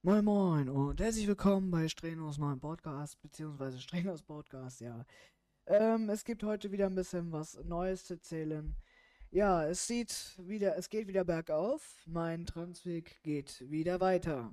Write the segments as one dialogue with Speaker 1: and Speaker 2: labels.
Speaker 1: Moin Moin und herzlich willkommen bei Strenos neuen Podcast, beziehungsweise Strenos Podcast, ja. Es gibt heute wieder ein bisschen was Neues zu erzählen. Ja, es geht wieder bergauf. Mein Transweg geht wieder weiter.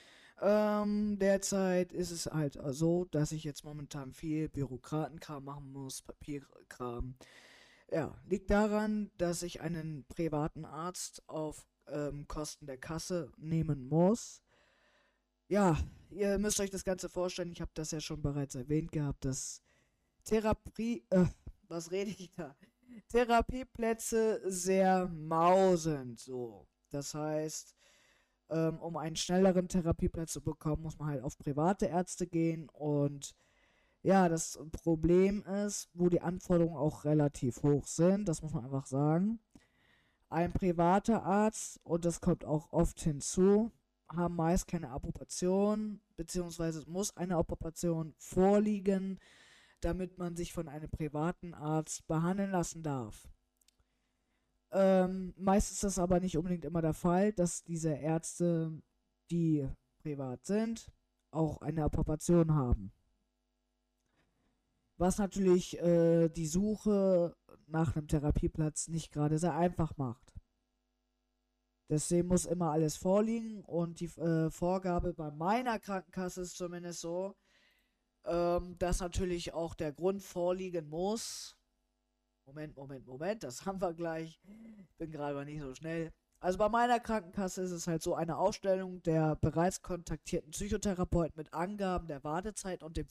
Speaker 1: Derzeit ist es halt so, dass ich jetzt momentan viel Bürokratenkram machen muss, Papierkram. Ja, liegt daran, dass ich einen privaten Arzt auf Kosten der Kasse nehmen muss. Ja, ihr müsst euch das Ganze vorstellen, ich habe das ja schon bereits erwähnt gehabt, dass Therapie, was rede ich da? Therapieplätze sehr mau sind, so. Das heißt, um einen schnelleren Therapieplatz zu bekommen, muss man halt auf private Ärzte gehen und ja, das Problem ist, wo die Anforderungen auch relativ hoch sind, das muss man einfach sagen. Ein privater Arzt, und das kommt auch oft hinzu, haben meist keine Approbation, beziehungsweise muss eine Approbation vorliegen, damit man sich von einem privaten Arzt behandeln lassen darf. Meist ist das aber nicht unbedingt immer der Fall, dass diese Ärzte, die privat sind, auch eine Approbation haben. Was natürlich die Suche nach einem Therapieplatz nicht gerade sehr einfach macht. Deswegen muss immer alles vorliegen und die Vorgabe bei meiner Krankenkasse ist zumindest so, dass natürlich auch der Grund vorliegen muss. Moment, das haben wir gleich. Bin gerade mal nicht so schnell. Also bei meiner Krankenkasse ist es halt so eine Aufstellung der bereits kontaktierten Psychotherapeuten mit Angaben der Wartezeit und dem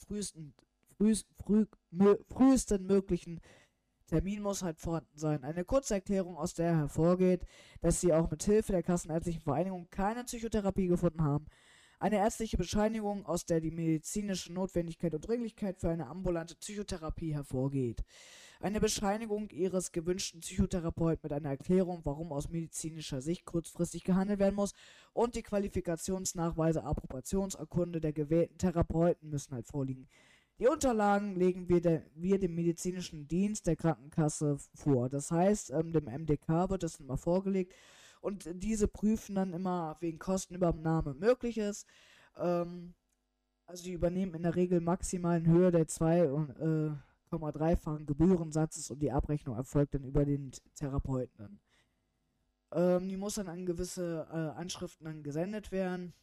Speaker 1: frühesten möglichen Termin muss halt vorhanden sein. Eine Kurzerklärung, aus der hervorgeht, dass sie auch mit Hilfe der Kassenärztlichen Vereinigung keine Psychotherapie gefunden haben. Eine ärztliche Bescheinigung, aus der die medizinische Notwendigkeit und Dringlichkeit für eine ambulante Psychotherapie hervorgeht. Eine Bescheinigung ihres gewünschten Psychotherapeuten mit einer Erklärung, warum aus medizinischer Sicht kurzfristig gehandelt werden muss, und die Qualifikationsnachweise, Approbationsurkunde der gewählten Therapeuten müssen halt vorliegen. Die Unterlagen legen wir dem medizinischen Dienst der Krankenkasse vor. Das heißt, dem MDK wird das immer vorgelegt und diese prüfen dann immer, wegen Kostenübernahme möglich ist. Also die übernehmen in der Regel maximal in Höhe der 2,3-fachen Gebührensatzes und die Abrechnung erfolgt dann über den Therapeuten. Die muss dann an gewisse Anschriften dann gesendet werden.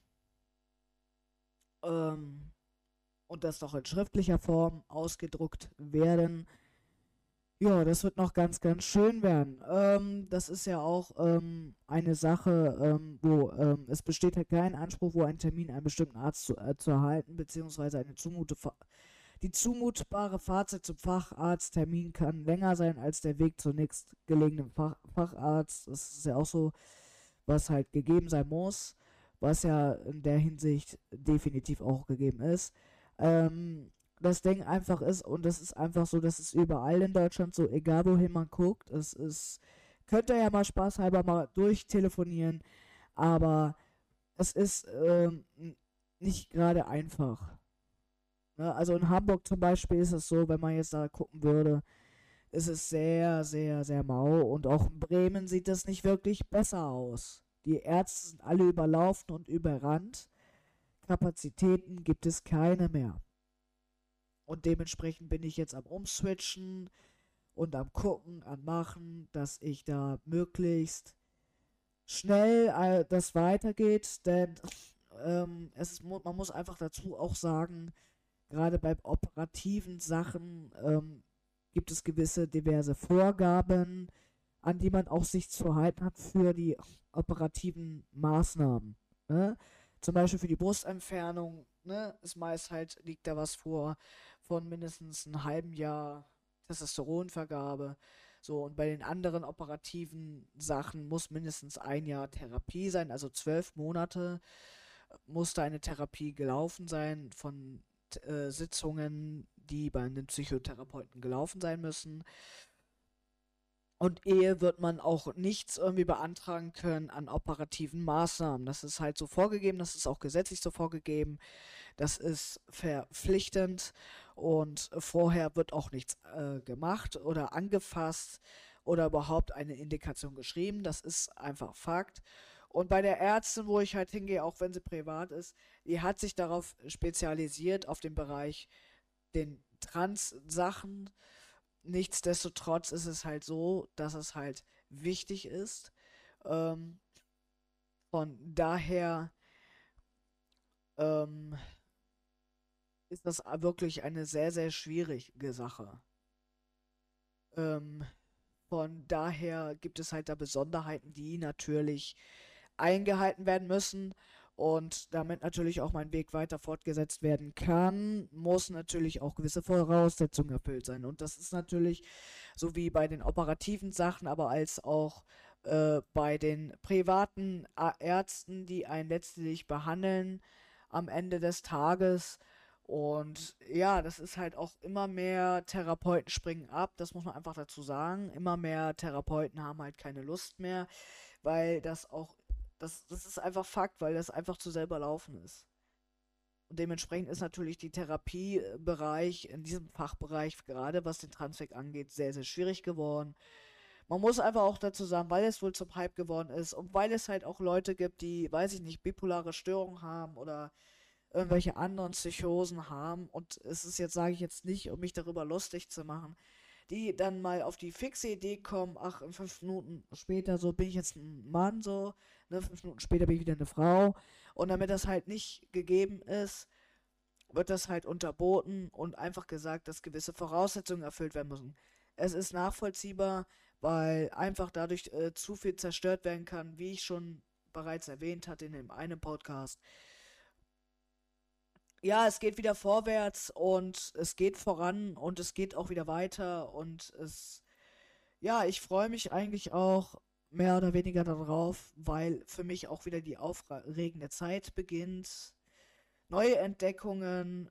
Speaker 1: Ähm, und das noch in schriftlicher Form ausgedruckt werden. Ja, das wird noch ganz, ganz schön werden. Das ist ja auch eine Sache, wo es besteht halt kein Anspruch, wo ein Termin einen bestimmten Arzt zu erhalten, beziehungsweise die zumutbare Fahrzeit zum Facharzttermin kann länger sein als der Weg zum nächstgelegenen Facharzt. Das ist ja auch so, was halt gegeben sein muss, was ja in der Hinsicht definitiv auch gegeben ist. Das Ding einfach ist, und das ist einfach so, das ist überall in Deutschland so, egal wohin man guckt, es ist, könnt ihr ja mal spaßhalber mal durchtelefonieren, aber es ist nicht gerade einfach. Ne? Also in Hamburg zum Beispiel ist es so, wenn man jetzt da gucken würde, ist es sehr, sehr, sehr mau und auch in Bremen sieht es nicht wirklich besser aus. Die Ärzte sind alle überlaufen und überrannt. Kapazitäten gibt es keine mehr. Und dementsprechend bin ich jetzt am Umswitchen und am Gucken, am Machen, dass ich da möglichst schnell das weitergeht, denn man muss einfach dazu auch sagen, gerade bei operativen Sachen gibt es gewisse diverse Vorgaben, an die man auch sich zu halten hat für die operativen Maßnahmen. Ne? Zum Beispiel für die Brustentfernung, ne, ist meist halt, liegt da was vor von mindestens einem halben Jahr Testosteronvergabe. So, und bei den anderen operativen Sachen muss mindestens ein Jahr Therapie sein, also 12 Monate muss da eine Therapie gelaufen sein von Sitzungen, die bei einem Psychotherapeuten gelaufen sein müssen. Und Ehe wird man auch nichts irgendwie beantragen können an operativen Maßnahmen. Das ist halt so vorgegeben, das ist auch gesetzlich so vorgegeben, das ist verpflichtend und vorher wird auch nichts gemacht oder angefasst oder überhaupt eine Indikation geschrieben. Das ist einfach Fakt. Und bei der Ärztin, wo ich halt hingehe, auch wenn sie privat ist, die hat sich darauf spezialisiert, auf den Bereich den Trans-Sachen. Nichtsdestotrotz ist es halt so, dass es halt wichtig ist. Ähm, von daher ähm, ist das wirklich eine sehr, sehr schwierige Sache. Ähm, von daher gibt es halt da Besonderheiten, die natürlich eingehalten werden müssen. Und damit natürlich auch mein Weg weiter fortgesetzt werden kann, muss natürlich auch gewisse Voraussetzungen erfüllt sein. Und das ist natürlich so wie bei den operativen Sachen, aber als auch bei den privaten Ärzten, die einen letztlich behandeln am Ende des Tages. Und ja, das ist halt auch immer mehr Therapeuten springen ab, das muss man einfach dazu sagen. Immer mehr Therapeuten haben halt keine Lust mehr, weil das ist einfach Fakt, weil das einfach zu selber laufen ist. Und dementsprechend ist natürlich die Therapiebereich in diesem Fachbereich, gerade was den Transfeck angeht, sehr, sehr schwierig geworden. Man muss einfach auch dazu sagen, weil es wohl zum Hype geworden ist und weil es halt auch Leute gibt, die, weiß ich nicht, bipolare Störungen haben oder irgendwelche anderen Psychosen haben. Und es ist jetzt, sage ich jetzt nicht, um mich darüber lustig zu machen, die dann mal auf die fixe Idee kommen, ach, in 5 Minuten später so bin ich jetzt ein Mann, so, ne, 5 Minuten später bin ich wieder eine Frau. Und damit das halt nicht gegeben ist, wird das halt unterboten und einfach gesagt, dass gewisse Voraussetzungen erfüllt werden müssen. Es ist nachvollziehbar, weil einfach dadurch zu viel zerstört werden kann, wie ich schon bereits erwähnt hatte in dem einen Podcast. Ja, es geht wieder vorwärts und es geht voran und es geht auch wieder weiter und ja, ich freue mich eigentlich auch mehr oder weniger darauf, weil für mich auch wieder die aufregende Zeit beginnt. Neue Entdeckungen,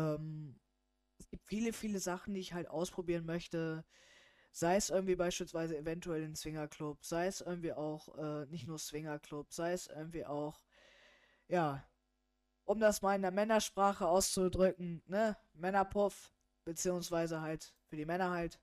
Speaker 1: es gibt viele, viele Sachen, die ich halt ausprobieren möchte. Sei es irgendwie beispielsweise eventuell ein Swingerclub, sei es irgendwie auch nicht nur Swingerclub, sei es irgendwie auch, ja, um das mal in der Männersprache auszudrücken, ne? Männerpuff, beziehungsweise halt für die Männer halt.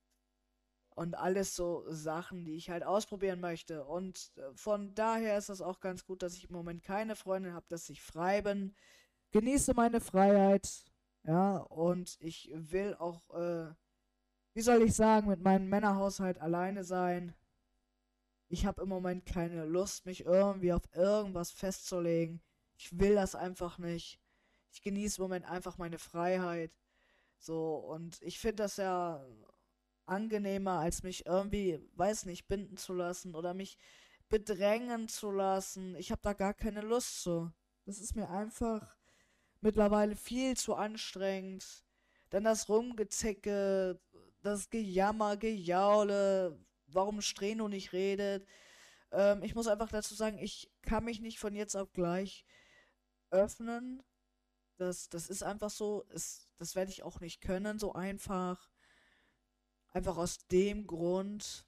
Speaker 1: Und alles so Sachen, die ich halt ausprobieren möchte. Und von daher ist es auch ganz gut, dass ich im Moment keine Freundin habe, dass ich frei bin. Genieße meine Freiheit, ja, und ich will auch, wie soll ich sagen, mit meinem Männerhaushalt alleine sein. Ich habe im Moment keine Lust, mich irgendwie auf irgendwas festzulegen. Ich will das einfach nicht. Ich genieße im Moment einfach meine Freiheit. So, und ich finde das ja angenehmer, als mich irgendwie, weiß nicht, binden zu lassen oder mich bedrängen zu lassen. Ich habe da gar keine Lust zu. Das ist mir einfach mittlerweile viel zu anstrengend. Dann das Rumgezicke, das Gejammer, Gejaule, warum Streno nicht redet. Ich muss einfach dazu sagen, ich kann mich nicht von jetzt auf gleich öffnen. Das ist einfach so. Das werde ich auch nicht können, so einfach. Einfach aus dem Grund,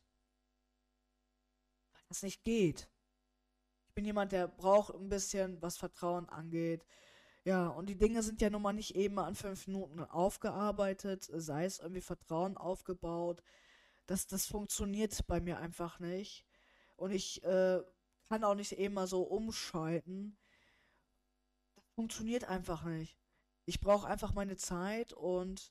Speaker 1: weil das nicht geht. Ich bin jemand, der braucht ein bisschen, was Vertrauen angeht. Ja, und die Dinge sind ja nun mal nicht eben an 5 Minuten aufgearbeitet, sei es irgendwie Vertrauen aufgebaut. Das funktioniert bei mir einfach nicht. Und ich kann auch nicht eben mal so umschalten. Das funktioniert einfach nicht. Ich brauche einfach meine Zeit und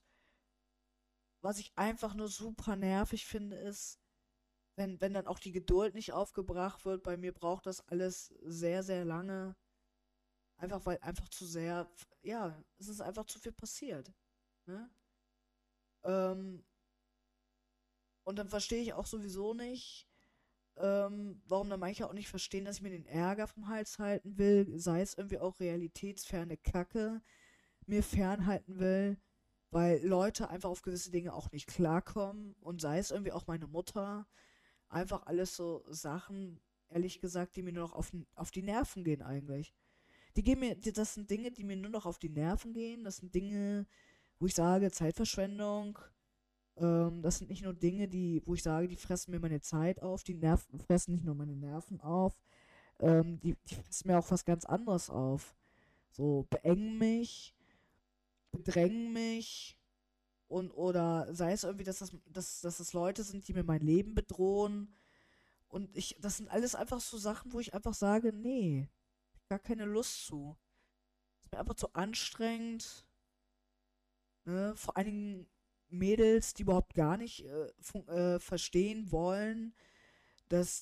Speaker 1: was ich einfach nur super nervig finde, ist, wenn dann auch die Geduld nicht aufgebracht wird. Bei mir braucht das alles sehr, sehr lange. Einfach weil einfach zu sehr, ja, es ist einfach zu viel passiert. Ne? Ähm, und dann verstehe ich auch sowieso nicht, warum dann manche auch nicht verstehen, dass ich mir den Ärger vom Hals halten will, sei es irgendwie auch realitätsferne Kacke mir fernhalten will, weil Leute einfach auf gewisse Dinge auch nicht klarkommen und sei es irgendwie auch meine Mutter, einfach alles so Sachen, ehrlich gesagt, die mir nur noch auf die Nerven gehen eigentlich. Das sind Dinge, die mir nur noch auf die Nerven gehen. Das sind Dinge, wo ich sage, Zeitverschwendung. Das sind nicht nur Dinge, wo ich sage, die fressen mir meine Zeit auf, die Nerven fressen nicht nur meine Nerven auf, die fressen mir auch was ganz anderes auf. So, beengen mich, bedrängen mich oder sei es irgendwie, dass das Leute sind, die mir mein Leben bedrohen Und das sind alles einfach so Sachen, wo ich einfach sage, nee, gar keine Lust zu. Ist mir einfach zu anstrengend, ne? Vor allen Dingen Mädels, die überhaupt gar nicht verstehen wollen, dass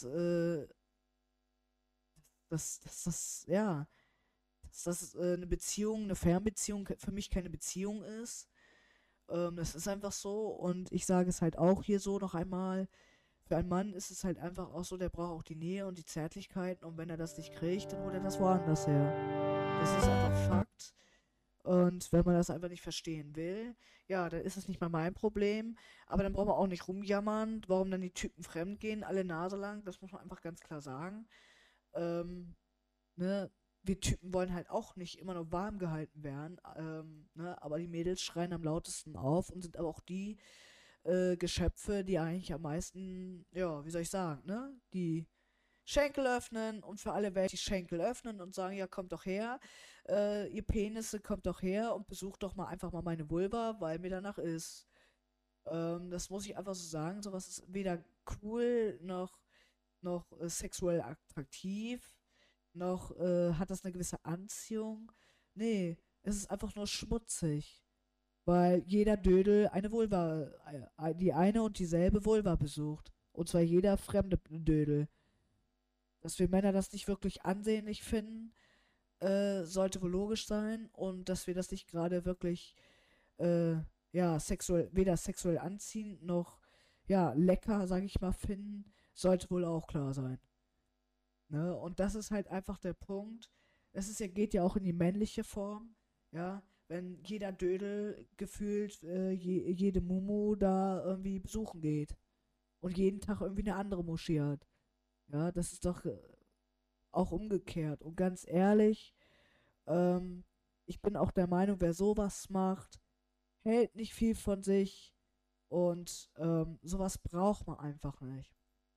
Speaker 1: ja, dass das eine Beziehung, eine Fernbeziehung für mich keine Beziehung ist. Das ist einfach so und ich sage es halt auch hier so noch einmal. Für einen Mann ist es halt einfach auch so, der braucht auch die Nähe und die Zärtlichkeiten und wenn er das nicht kriegt, dann holt er das woanders her. Das ist einfach Fakt. Und wenn man das einfach nicht verstehen will, ja, dann ist es nicht mal mein Problem. Aber dann brauchen wir auch nicht rumjammern, warum dann die Typen fremd gehen, alle Nase lang. Das muss man einfach ganz klar sagen. Ähm, ne? Wir Typen wollen halt auch nicht immer nur warm gehalten werden. Ne? Aber die Mädels schreien am lautesten auf und sind aber auch die Geschöpfe, die eigentlich am meisten, ja, wie soll ich sagen, ne? Die Schenkel öffnen und für alle Welt die Schenkel öffnen und sagen, ja, kommt doch her, ihr Penisse, kommt doch her und besucht doch mal einfach mal meine Vulva, weil mir danach ist. Das muss ich einfach so sagen, sowas ist weder cool noch sexuell attraktiv, noch hat das eine gewisse Anziehung. Nee, es ist einfach nur schmutzig, weil jeder Dödel eine Vulva, die eine und dieselbe Vulva besucht. Und zwar jeder fremde Dödel. Dass wir Männer das nicht wirklich ansehnlich finden, sollte wohl logisch sein. Und dass wir das nicht gerade wirklich, äh, ja, weder sexuell anziehend noch, ja, lecker, sag ich mal, finden, sollte wohl auch klar sein. Ne? Und das ist halt einfach der Punkt. Geht ja auch in die männliche Form, ja. Wenn jeder Dödel gefühlt jede Mumu da irgendwie besuchen geht und jeden Tag irgendwie eine andere Moschee hat. Ja, das ist doch auch umgekehrt. Und ganz ehrlich, ähm, ich bin auch der Meinung, wer sowas macht, hält nicht viel von sich und sowas braucht man einfach nicht.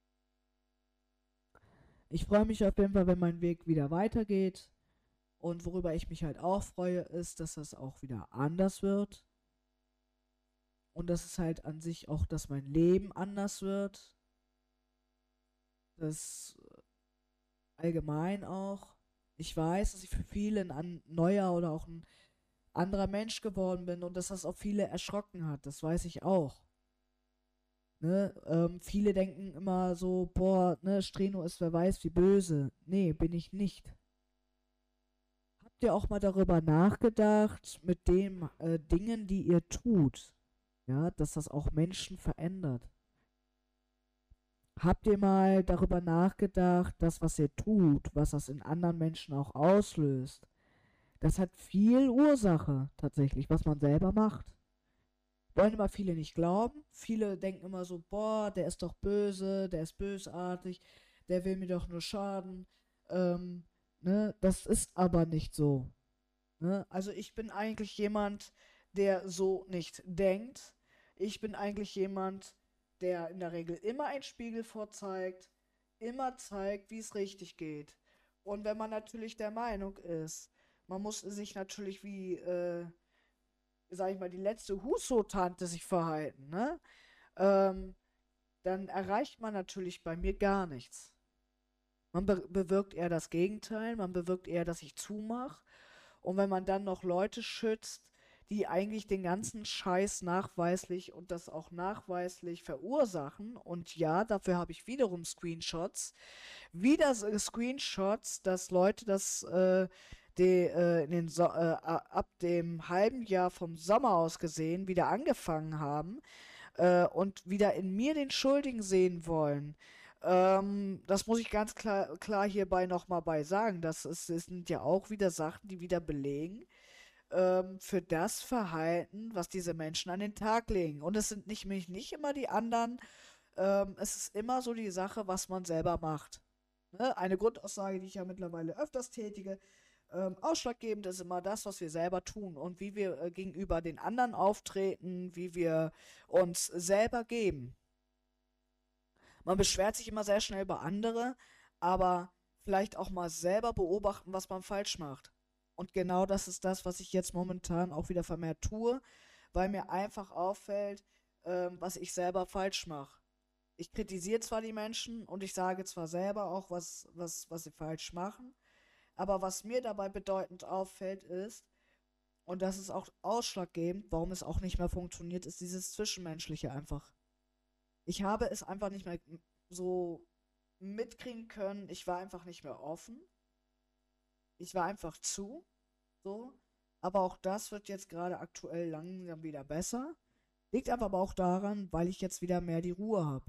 Speaker 1: Ich freue mich auf jeden Fall, wenn mein Weg wieder weitergeht. Und worüber ich mich halt auch freue, ist, dass das auch wieder anders wird. Und dass es halt an sich auch, dass mein Leben anders wird. Das allgemein auch. Ich weiß, dass ich für viele ein neuer oder auch ein anderer Mensch geworden bin und dass das auch viele erschrocken hat. Das weiß ich auch. Ne? Viele denken immer so, boah, ne, Streno ist wer weiß wie böse. Nee, bin ich nicht. Habt ihr auch mal darüber nachgedacht, mit den Dingen, die ihr tut, ja, dass das auch Menschen verändert? Habt ihr mal darüber nachgedacht, das, was ihr tut, was das in anderen Menschen auch auslöst? Das hat viel Ursache tatsächlich, was man selber macht. Wollen immer viele nicht glauben. Viele denken immer so, boah, der ist doch böse, der ist bösartig, der will mir doch nur schaden. Ähm, ne? Das ist aber nicht so. Ne? Also ich bin eigentlich jemand, der so nicht denkt. Ich bin eigentlich jemand, der in der Regel immer einen Spiegel vorzeigt, immer zeigt, wie es richtig geht. Und wenn man natürlich der Meinung ist, man muss sich natürlich wie, sag ich mal, die letzte Huso-Tante sich verhalten, ne? Ähm, dann erreicht man natürlich bei mir gar nichts. Man bewirkt eher das Gegenteil, man bewirkt eher, dass ich zumache. Und wenn man dann noch Leute schützt, die eigentlich den ganzen Scheiß nachweislich und das auch nachweislich verursachen, und ja, dafür habe ich wiederum Screenshots, Screenshots, dass Leute ab dem halben Jahr vom Sommer aus gesehen wieder angefangen haben und wieder in mir den Schuldigen sehen wollen. Das muss ich ganz klar hierbei nochmal bei sagen. Es sind ja auch wieder Sachen, die wieder belegen für das Verhalten, was diese Menschen an den Tag legen. Und es sind nicht immer die anderen. Es ist immer so die Sache, was man selber macht. Ne? Eine Grundaussage, die ich ja mittlerweile öfters tätige. Ausschlaggebend ist immer das, was wir selber tun und wie wir gegenüber den anderen auftreten, wie wir uns selber geben. Man beschwert sich immer sehr schnell über andere, aber vielleicht auch mal selber beobachten, was man falsch macht. Und genau das ist das, was ich jetzt momentan auch wieder vermehrt tue, weil mir einfach auffällt, was ich selber falsch mache. Ich kritisiere zwar die Menschen und ich sage zwar selber auch, was sie falsch machen, aber was mir dabei bedeutend auffällt ist, und das ist auch ausschlaggebend, warum es auch nicht mehr funktioniert, ist dieses Zwischenmenschliche einfach. Ich habe es einfach nicht mehr so mitkriegen können. Ich war einfach nicht mehr offen. Ich war einfach zu, so. Aber auch das wird jetzt gerade aktuell langsam wieder besser. Liegt aber auch daran, weil ich jetzt wieder mehr die Ruhe habe.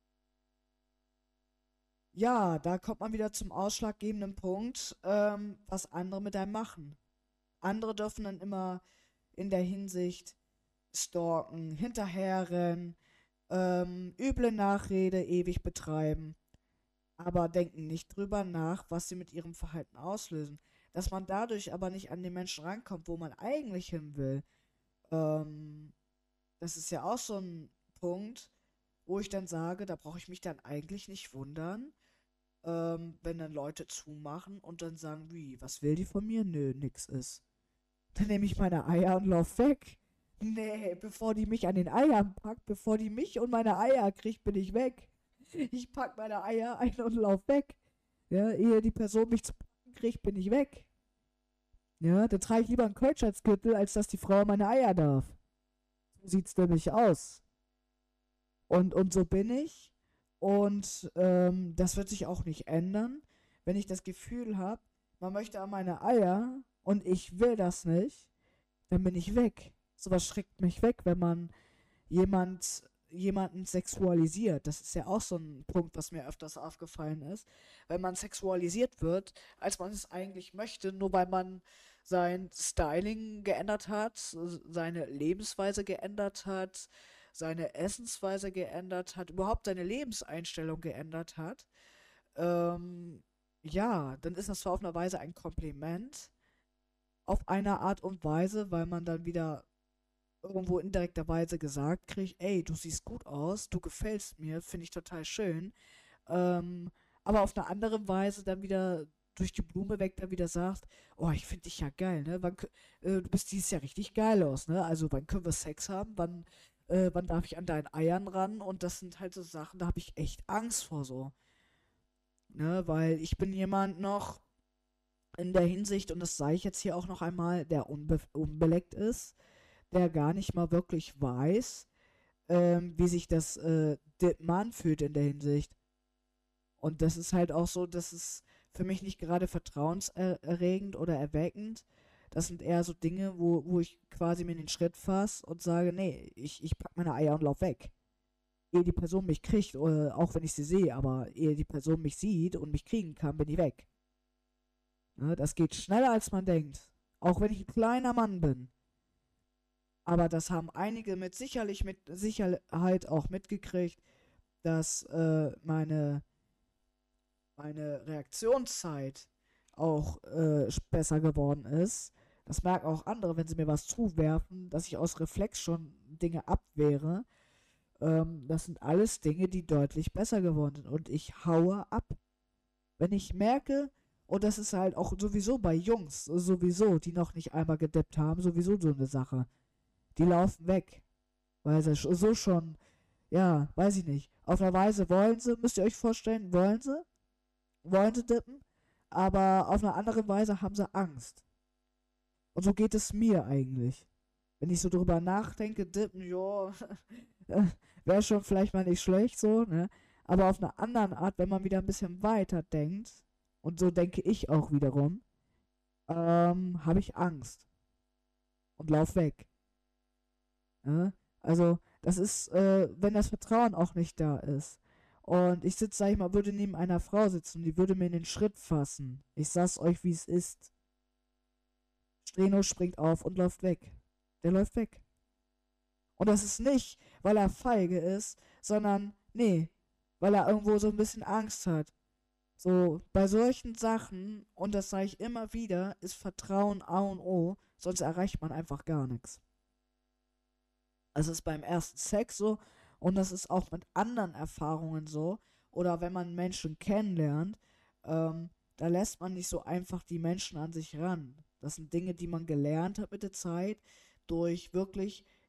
Speaker 1: Ja, da kommt man wieder zum ausschlaggebenden Punkt, was andere mit einem machen. Andere dürfen dann immer in der Hinsicht stalken, hinterherrennen, üble Nachrede ewig betreiben, aber denken nicht drüber nach, was sie mit ihrem Verhalten auslösen. Dass man dadurch aber nicht an den Menschen rankommt, wo man eigentlich hin will, ähm, das ist ja auch so ein Punkt, wo ich dann sage, da brauche ich mich dann eigentlich nicht wundern, wenn dann Leute zumachen und dann sagen, wie, was will die von mir? Nö, nix ist. Dann nehme ich meine Eier und lauf weg. Nee, bevor die mich an den Eiern packt, bevor die mich und meine Eier kriegt, bin ich weg. Ich pack meine Eier ein und lauf weg. Ja, ehe die Person mich zu packen kriegt, bin ich weg. Ja, dann trage ich lieber einen Keuschheitsgürtel, als dass die Frau meine Eier darf. So sieht's nämlich aus. Und so bin ich. Und das wird sich auch nicht ändern, wenn ich das Gefühl habe, man möchte an meine Eier und ich will das nicht, dann bin ich weg. Sowas schreckt mich weg, wenn man jemanden sexualisiert. Das ist ja auch so ein Punkt, was mir öfters aufgefallen ist. Wenn man sexualisiert wird, als man es eigentlich möchte, nur weil man sein Styling geändert hat, seine Lebensweise geändert hat, seine Essensweise geändert hat, überhaupt seine Lebenseinstellung geändert hat. Ähm, ja, dann ist das zwar auf einer Weise ein Kompliment, auf eine Art und Weise, weil man dann wieder irgendwo indirekterweise gesagt kriegt, ey, du siehst gut aus, du gefällst mir, finde ich total schön. Ähm, aber auf eine andere Weise dann wieder durch die Blume weg dann wieder sagt, oh, ich finde dich ja geil, ne? Du bist dieses Jahr richtig geil aus, ne? Also wann können wir Sex haben? Wann darf ich an deinen Eiern ran? Und das sind halt so Sachen, da habe ich echt Angst vor so, ne? Weil ich bin jemand noch in der Hinsicht, und das sage ich jetzt hier auch noch einmal, der unbeleckt ist, der gar nicht mal wirklich weiß, wie sich das Dippen anfühlt in der Hinsicht. Und das ist halt auch so, das ist für mich nicht gerade vertrauenserregend oder erweckend. Das sind eher so Dinge, wo ich quasi mir den Schritt fasse und sage, nee, ich pack meine Eier und lauf weg. Ehe die Person mich kriegt, auch wenn ich sie sehe, aber ehe die Person mich sieht und mich kriegen kann, bin ich weg. Ne, das geht schneller, als man denkt. Auch wenn ich ein kleiner Mann bin. Aber das haben einige mit Sicherheit auch mitgekriegt, dass meine Reaktionszeit auch besser geworden ist. Das merken auch andere, wenn sie mir was zuwerfen, dass ich aus Reflex schon Dinge abwehre. Das sind alles Dinge, die deutlich besser geworden sind. Und ich haue ab. Wenn ich merke, und das ist halt auch sowieso bei Jungs, sowieso, die noch nicht einmal gedippt haben, sowieso so eine Sache. Die laufen weg, weil sie so schon, ja, weiß ich nicht. Auf einer Weise wollen sie, müsst ihr euch vorstellen, wollen sie dippen, aber auf einer anderen Weise haben sie Angst. Und so geht es mir eigentlich. Wenn ich so drüber nachdenke, dippen, jo, wäre schon vielleicht mal nicht schlecht so, ne? Aber auf einer anderen Art, wenn man wieder ein bisschen weiter denkt, und so denke ich auch wiederum, habe ich Angst und lauf weg. Ne? Also, das ist, wenn das Vertrauen auch nicht da ist. Und ich sitze, sag ich mal, würde neben einer Frau sitzen und die würde mir in den Schritt fassen. Ich sag's euch, wie es ist. Streno springt auf und läuft weg. Der läuft weg. Und das ist nicht, weil er feige ist, sondern, nee, weil er irgendwo so ein bisschen Angst hat. So, bei solchen Sachen, und das sage ich immer wieder, ist Vertrauen A und O, sonst erreicht man einfach gar nichts. Das ist beim ersten Sex so und das ist auch mit anderen Erfahrungen so. Oder wenn man Menschen kennenlernt, da lässt man nicht so einfach die Menschen an sich ran. Das sind Dinge, die man gelernt hat mit der Zeit, durch wirklich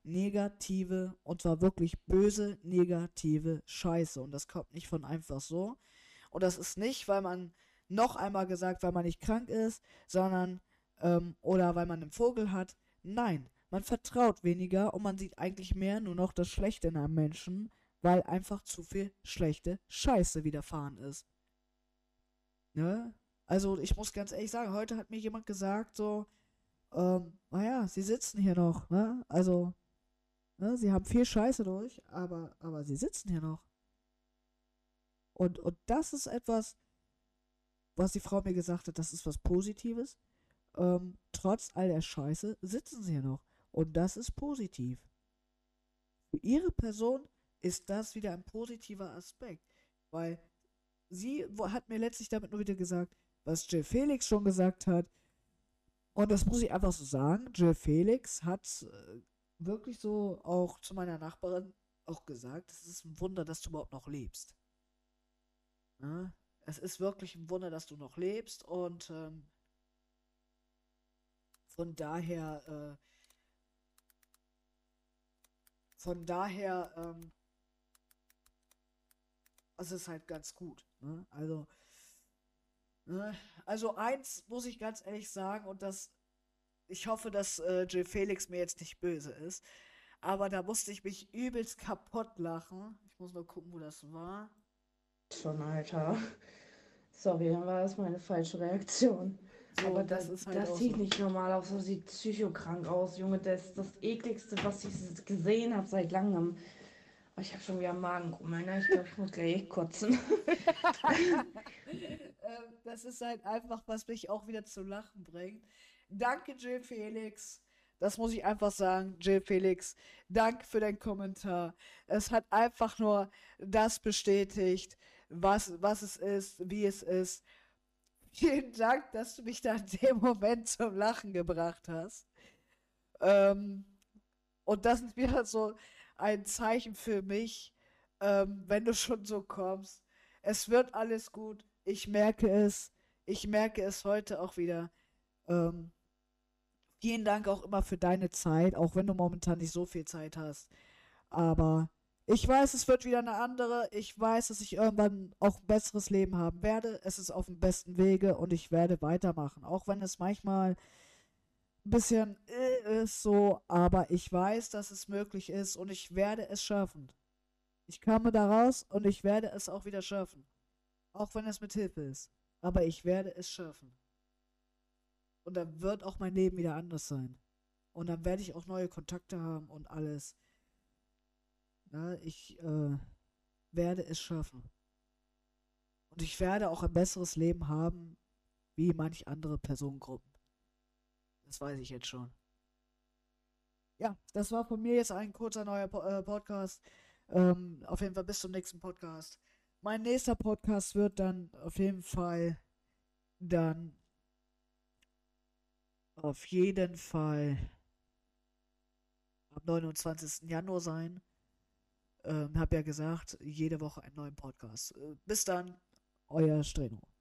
Speaker 1: negative, und zwar wirklich böse, negative Scheiße. Und das kommt nicht von einfach so. Und das ist nicht, weil man, noch einmal gesagt, weil man nicht krank ist, sondern, oder weil man einen Vogel hat. Nein, man vertraut weniger und man sieht eigentlich mehr nur noch das Schlechte in einem Menschen, weil einfach zu viel schlechte Scheiße widerfahren ist. Ne? Also ich muss ganz ehrlich sagen, heute hat mir jemand gesagt, so, naja, sie sitzen hier noch, ne? Also, ne, sie haben viel Scheiße durch, aber sie sitzen hier noch. Und das ist etwas, was die Frau mir gesagt hat, das ist was Positives. Trotz all der Scheiße sitzen sie hier noch. Und das ist positiv. Für ihre Person ist das wieder ein positiver Aspekt. Weil sie hat mir letztlich damit nur wieder gesagt, was Jill Felix schon gesagt hat. Und das muss ich einfach so sagen. Jill Felix hat wirklich so auch zu meiner Nachbarin auch gesagt, es ist ein Wunder, dass du überhaupt noch lebst. Ne? Es ist wirklich ein Wunder, dass du noch lebst. Und von daher, von daher, es ist halt ganz gut. Ne? Also eins muss ich ganz ehrlich sagen, und das, ich hoffe, dass Jill Felix mir jetzt nicht böse ist, aber da musste ich mich übelst kaputt lachen. Ich muss nur gucken, wo das war.
Speaker 2: Schon, Alter. Sorry, dann war das meine falsche Reaktion.
Speaker 1: So,
Speaker 2: Aber
Speaker 1: das ist halt
Speaker 2: das
Speaker 1: auch
Speaker 2: sieht
Speaker 1: so.
Speaker 2: nicht normal aus, das sieht psychokrank aus, Junge. Das ist das ekligste, was ich gesehen habe seit langem. Oh, ich habe schon wieder Magengrummeln, ne? Ich glaube, ich muss gleich echt kotzen.
Speaker 1: Das ist halt einfach, was mich auch wieder zu lachen bringt. Danke, Jill Felix. Das muss ich einfach sagen, Jill Felix. Danke für deinen Kommentar. Es hat einfach nur das bestätigt, was es ist, wie es ist. Vielen Dank, dass du mich da in dem Moment zum Lachen gebracht hast. Ähm, und das ist wieder so ein Zeichen für mich, wenn du schon so kommst. Es wird alles gut. Ich merke es. Ich merke es heute auch wieder. Ähm, Vielen Dank auch immer für deine Zeit, auch wenn du momentan nicht so viel Zeit hast. Aber ich weiß, es wird wieder eine andere. Ich weiß, dass ich irgendwann auch ein besseres Leben haben werde. Es ist auf dem besten Wege und ich werde weitermachen. Auch wenn es manchmal ein bisschen ist so, aber ich weiß, dass es möglich ist und ich werde es schaffen. Ich komme da raus und ich werde es auch wieder schaffen. Auch wenn es mit Hilfe ist. Aber ich werde es schaffen. Und dann wird auch mein Leben wieder anders sein. Und dann werde ich auch neue Kontakte haben und alles. Ja, ich werde es schaffen. Und ich werde auch ein besseres Leben haben, wie manch andere Personengruppen. Das weiß ich jetzt schon. Ja, das war von mir jetzt ein kurzer neuer Podcast. Auf jeden Fall bis zum nächsten Podcast. Mein nächster Podcast wird dann auf jeden Fall dann auf jeden Fall am 29. Januar sein. Hab ja gesagt, jede Woche einen neuen Podcast. Bis dann, euer Streno.